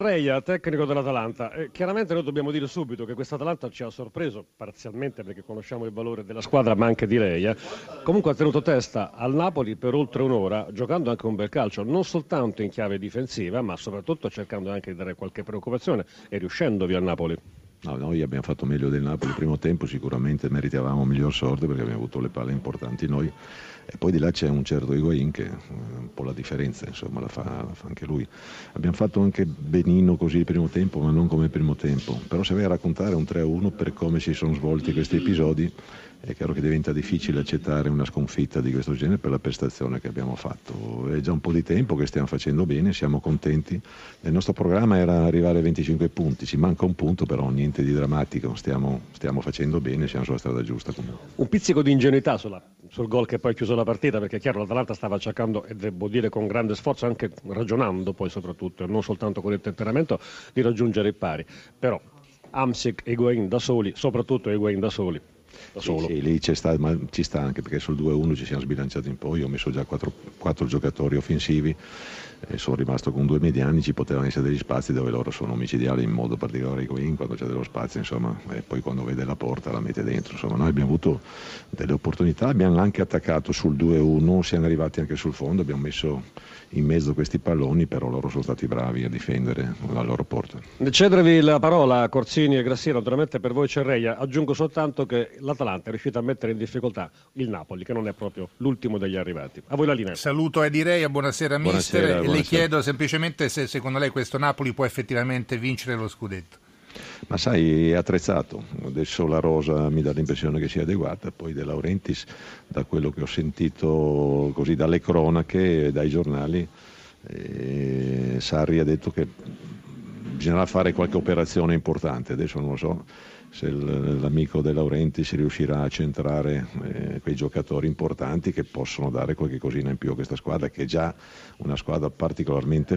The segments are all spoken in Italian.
Reia, tecnico dell'Atalanta. Chiaramente noi dobbiamo dire subito che questa Atalanta ci ha sorpreso parzialmente perché conosciamo il valore della squadra ma anche di Reia. Comunque ha tenuto testa al Napoli per oltre un'ora giocando anche un bel calcio, non soltanto in chiave difensiva ma soprattutto cercando anche di dare qualche preoccupazione e riuscendovi al Napoli. No, noi abbiamo fatto meglio del Napoli il primo tempo, sicuramente meritavamo miglior sorte perché abbiamo avuto le palle importanti noi. E poi di là c'è un certo Higuaín che un po' la differenza, insomma, la fa anche lui. Abbiamo fatto anche benino così il primo tempo, ma non come il primo tempo. Però se vai a raccontare un 3-1 per come si sono svolti questi episodi, è chiaro che diventa difficile accettare una sconfitta di questo genere per la prestazione che abbiamo fatto. È già un po' di tempo che stiamo facendo bene, siamo contenti. Il nostro programma era arrivare a 25 punti, ci manca un punto, però niente di drammatico, stiamo facendo bene, siamo sulla strada giusta comunque. Un pizzico di ingenuità sul gol che poi ha chiuso la partita, perché è chiaro l'Atalanta stava cercando, e devo dire con grande sforzo, anche ragionando poi soprattutto, e non soltanto con il temperamento, di raggiungere i pari. Però Hamsik e Higuaín da soli, soprattutto Higuaín da soli. Sì, lì ci sta anche perché sul 2-1 ci siamo sbilanciati un po', io ho messo già 4 giocatori offensivi e sono rimasto con 2 mediani, ci potevano essere degli spazi dove loro sono omicidiali in modo particolare Higuaín, quando c'è dello spazio, insomma, e poi quando vede la porta la mette dentro, insomma, noi abbiamo avuto delle opportunità, abbiamo anche attaccato sul 2-1, siamo arrivati anche sul fondo, abbiamo messo in mezzo questi palloni, però loro sono stati bravi a difendere la loro porta. Cedervi la parola a Corsini e Grassiera, naturalmente per voi c'è Reia, aggiungo soltanto che l'Atalanta è riuscita a mettere in difficoltà il Napoli, che non è proprio l'ultimo degli arrivati. A voi la linea. Saluto Eddie Reia, buonasera mister, buonasera. Le chiedo semplicemente se secondo lei questo Napoli può effettivamente vincere lo scudetto. Ma sai, è attrezzato, adesso la rosa mi dà l'impressione che sia adeguata, poi De Laurentiis, da quello che ho sentito così dalle cronache e dai giornali, Sarri ha detto che bisognerà fare qualche operazione importante, adesso non lo so se l'amico De Laurentiis riuscirà a centrare quei giocatori importanti che possono dare qualche cosina in più a questa squadra, che è già una squadra particolarmente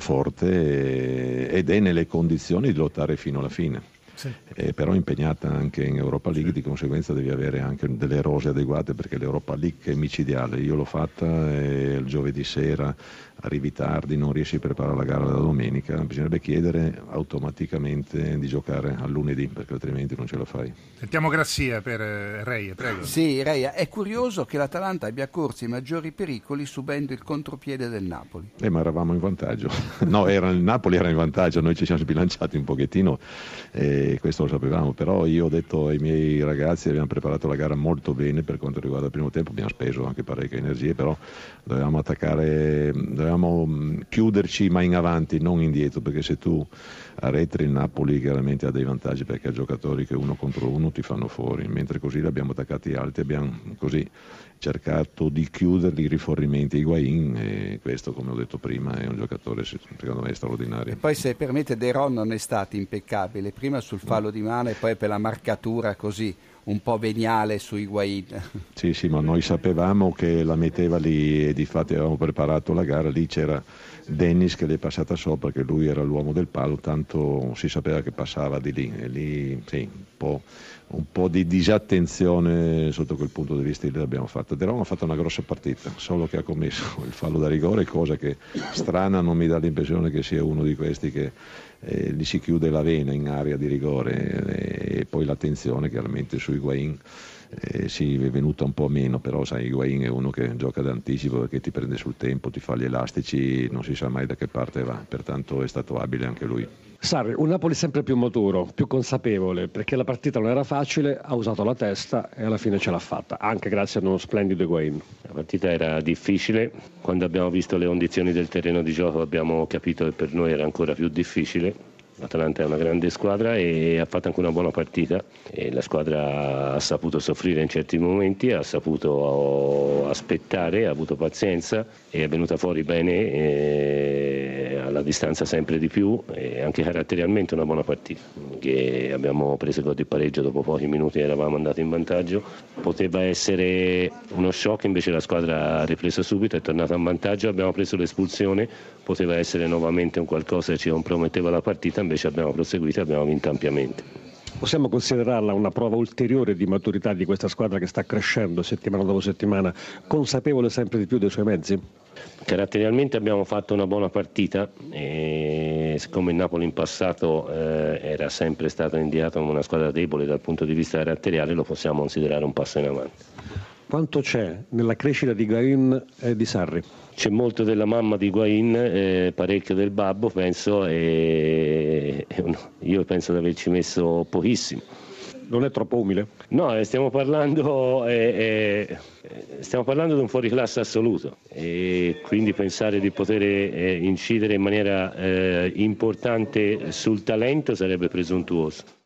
forte ed è nelle condizioni di lottare fino alla fine. Sì. Però impegnata anche in Europa League, sì. Di conseguenza devi avere anche delle rose adeguate perché l'Europa League è micidiale. Io l'ho fatta il giovedì sera, arrivi tardi, non riesci a preparare la gara la domenica, bisognerebbe chiedere automaticamente di giocare al lunedì perché altrimenti non ce la fai. Sentiamo Grassia per Reia, prego. Sì, Reia, è curioso che l'Atalanta abbia corso i maggiori pericoli subendo il contropiede del Napoli. Ma eravamo in vantaggio. No, il Napoli era in vantaggio, noi ci siamo sbilanciati un pochettino. Questo lo sapevamo, però io ho detto ai miei ragazzi abbiamo preparato la gara molto bene per quanto riguarda il primo tempo, abbiamo speso anche parecchie energie, però dovevamo attaccare, dovevamo chiuderci ma in avanti, non indietro, perché se tu arretri il Napoli chiaramente ha dei vantaggi perché ha giocatori che 1 contro 1 ti fanno fuori, mentre così li abbiamo attaccati alti, abbiamo così cercato di chiuderli i rifornimenti Higuaín e questo, come ho detto prima, è un giocatore secondo me straordinario. E poi se permette De Ron non è stato impeccabile, prima sul fallo di mano e poi per la marcatura così un po' veniale su Higuaín. Sì, ma noi sapevamo che la metteva lì e difatti avevamo preparato la gara, lì c'era Dennis che le è passata sopra, che lui era l'uomo del palo, tanto si sapeva che passava di lì e lì sì, un po' di disattenzione sotto quel punto di vista l'abbiamo fatta. De Ron ha fatto una grossa partita, solo che ha commesso il fallo da rigore, cosa che strana, non mi dà l'impressione che sia uno di questi che gli si chiude la vena in area di rigore e poi l'attenzione chiaramente su Higuaín sì, è venuta un po' meno, però sai, Higuaín è uno che gioca d'anticipo perché ti prende sul tempo, ti fa gli elastici, non si sa mai da che parte va, pertanto è stato abile anche lui. Sarri, un Napoli sempre più maturo, più consapevole, perché la partita non era facile, ha usato la testa e alla fine ce l'ha fatta, anche grazie ad uno splendido Higuaín. La partita era difficile, quando abbiamo visto le condizioni del terreno di gioco abbiamo capito che per noi era ancora più difficile. L'Atalanta è una grande squadra e ha fatto anche una buona partita e la squadra ha saputo soffrire in certi momenti, ha saputo aspettare, ha avuto pazienza e è venuta fuori bene alla distanza sempre di più e anche caratterialmente una buona partita, che abbiamo preso il gol di pareggio dopo pochi minuti, eravamo andati in vantaggio, poteva essere uno shock, invece la squadra ha ripreso subito, è tornata in vantaggio, abbiamo preso l'espulsione, poteva essere nuovamente un qualcosa che ci comprometteva la partita, invece abbiamo proseguito e abbiamo vinto ampiamente. Possiamo considerarla una prova ulteriore di maturità di questa squadra che sta crescendo settimana dopo settimana, consapevole sempre di più dei suoi mezzi? Caratterialmente abbiamo fatto una buona partita e siccome il Napoli in passato era sempre stato indicato come una squadra debole dal punto di vista caratteriale, lo possiamo considerare un passo in avanti. Quanto c'è nella crescita di Higuaín e di Sarri? C'è molto della mamma di Higuaín, parecchio del babbo penso, e io penso di averci messo pochissimo. Non è troppo umile? No, stiamo parlando di un fuoriclasse assoluto e quindi pensare di poter incidere in maniera importante sul talento sarebbe presuntuoso.